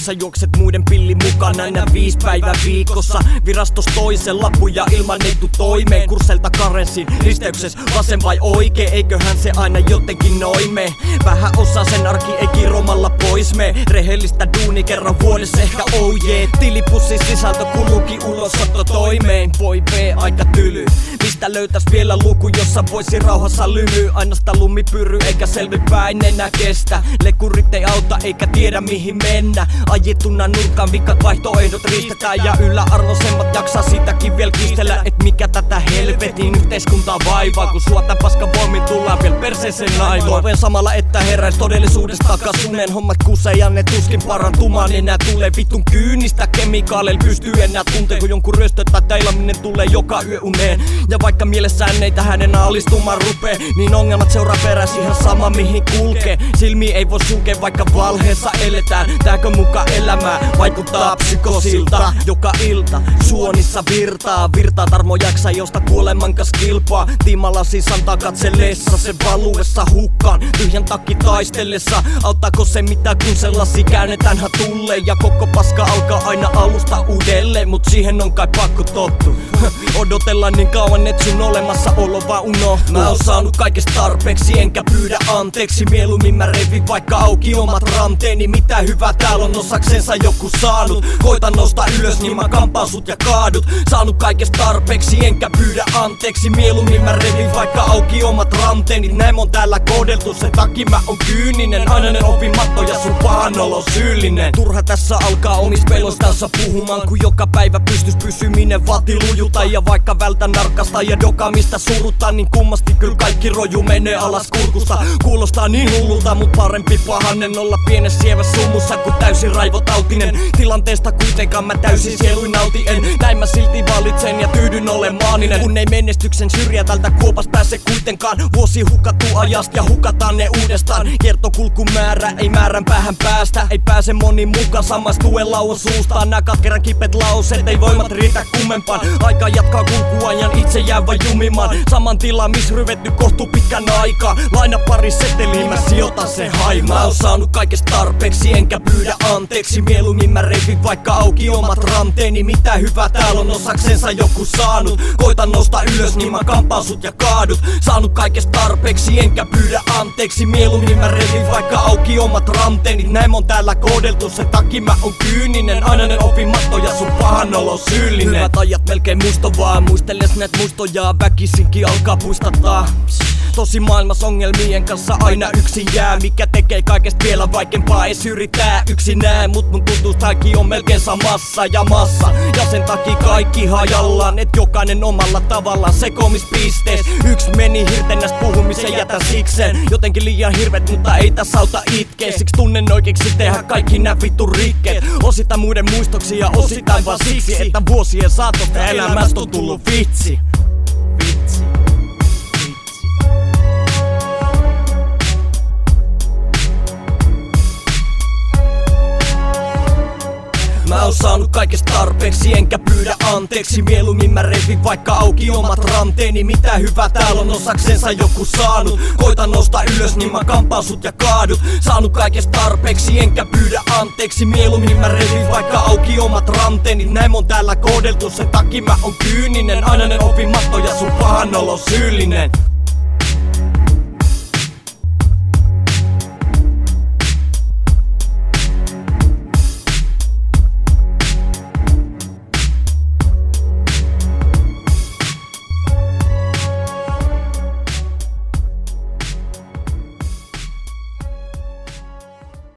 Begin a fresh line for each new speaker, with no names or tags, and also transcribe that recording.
sä juokset muiden pillin mukana aina 5 päivää viikossa. Virastos toisen lappuja ilmannettu toimeen. Kursseilta karenssiin, risteyksessä vasen vai oikee? Eiköhän se aina jotenkin noin mene. Vähän osaa sen arki ei kiromalla pois me. Rehellistä duuni kerran vuodessa ehkä oh yeah. Tilipussin sisältö kuluukin ulosotto toimeen. Voi aika tyly. Mistä löytäis vielä luku, jossa voisi rauhassa lymyä? Aina sitä lumipyry eikä selvipäin enää kestä. Lekurit ei auta eikä tiedä mihin mennä. Ajettuna nurkkaan vikat vaihtoehdot riistetään. Ja yläarvoisemmat jaksaa sitäkin vielä kiistellä. Et mikä tätä helvetin yhteiskuntaa vaivaa, kun suota paskan voimin tullaan vielä perseeseen naivaan. Toiveen samalla että heräis todellisuudesta takas unen. Hommat kusee ja ne tuskin parantumaan enää. Tulee vitun kyynistä kemikaaleilla pystyy enää tunteen, kun jonkun ryöstö tai teilaminen tulee joka yö uneen. Ja vaikka mielessään ei tähän enää alistumaan rupee, niin ongelmat seuraa peräs ihan sama mihin kulkee. Silmiä ei voi sulkea vaikka valheessa eletään. Tääkö muka elämää vaikuttaa psykosilta? Joka ilta suonissa virtaa tarmo jaksa josta kuoleman kas kilpaa. Tiimalla siis antaa katsellessa se valuessa hukkaan. Tyhjän takki taistellessa auttaako se mitä kun se lasi käännetäänhän tulleen. Ja koko paska alkaa aina alusta uudelleen, mut siihen on kai pakko tottua. Odotellaan niin kauan et sun olemassaolo vaan unohtuu. Mä oon saanut kaikesta tarpeeksi enkä pyydä anteeksi. Mieluummin mä revin vaikka auki omat ranteeni. Mitä hyvää täällä on osaksensa joku saanut. Koitan nousta ylös niin mä kampaan sut ja kaadut. Saanut kaikesta tarpeeksi enkä pyydä anteeksi. Mieluummin mä revin vaikka auki omat ranteeni. Näin on täällä kohdeltu, sen takia mä oon kyyninen. Aina ne opimatto ja sun pahan olo syyllinen. Turha tässä alkaa omis peloistansa puhumaan, kun joka päivä pystys pysyminen vaatii lujuta. Ja vaikka vältän narkasta ja dokaamista suruttaa, niin kummasti kyllä kaikki roju menee alas kurkusta. Kuulostaa niin hullulta, mut parempi pahanen olla pienessä sievässä sumussa kuin täysin raivotautinen. Tilanteesta kuitenkaan mä täysin sieluin nautin en. Näin mä silti valitsen ja tyydyn ole maaninen. Kun ei menestyksen syrjää tältä kuopas pääse kuitenkaan. Vuosi hukattu ajasta ja hukataan ne uudestaan. Kiertokulkumäärä ei määrän päähän päästä. Ei pääse moni mukaan samastuen lauon suustaan. Nää katkeran kipet lauseet ei voimat riitä kummempaan. Aika jatkaa kulkuajan itse jää vain jumimaan. Saman tilaan miss ryvetty kohtuu pitkän aikaa. Laina pari seteliin mä sijoitan sen haimaan. Mä oon saanut kaikesta tarpeeksi enkä pyydä anteeksi. Mieluummin mä revin vaikka auki omat ranteeni. Mitä hyvää täällä on osaksensa joku saanut. Koitan nousta ylös niin mä kampaan sut ja kaadut. Saanut kaikesta tarpeeksi enkä pyydä anteeksi. Mieluummin mä revin vaikka auki omat ranteeni. Näin on täällä kohdeltu, sen takia mä oon kyyninen. Aina ne opimatto ja sun pahan olo syyllinen. Hyvät ajat melkein muisto vaan. Muistelles näet muistoja väkisinkin alkaa puistattaa. Tosi maailmas ongelmien kanssa aina yksin jää. Mikä tekee kaikesta vielä vaikeampaa ees yritää yksinään. Mut mun tutustakin on melkein samassa ja massa. Ja sen takia kaikki hajallaan. Et jokainen omalla tavallaan sekoamispistees. Yks meni hirtennäst puhumisen jätä sikseen. Jotenkin liian hirvet mutta ei tässä auta itkeä. Siksi tunnen oikeeksi tehdä kaikki nää vittu rikkeet. Osittain muiden muistoksi ja osittain vaan siksi, että vuosien saatosta elämästä on tullut vitsi. Mä oon saanut kaikesta tarpeeksi enkä pyydä anteeksi. Mieluummin mä revin vaikka auki omat ranteeni. Mitä hyvää täällä on osaksensa joku saanut. Koitan nousta ylös niin mä kampaan sut ja kaadut. Saanut kaikesta tarpeeksi enkä pyydä anteeksi. Mieluummin mä revin vaikka auki omat ranteeni. Näin on täällä kohdeltu, sen takia mä oon kyyninen. Aina ne opimatto ja sun pahan olo syyllinen.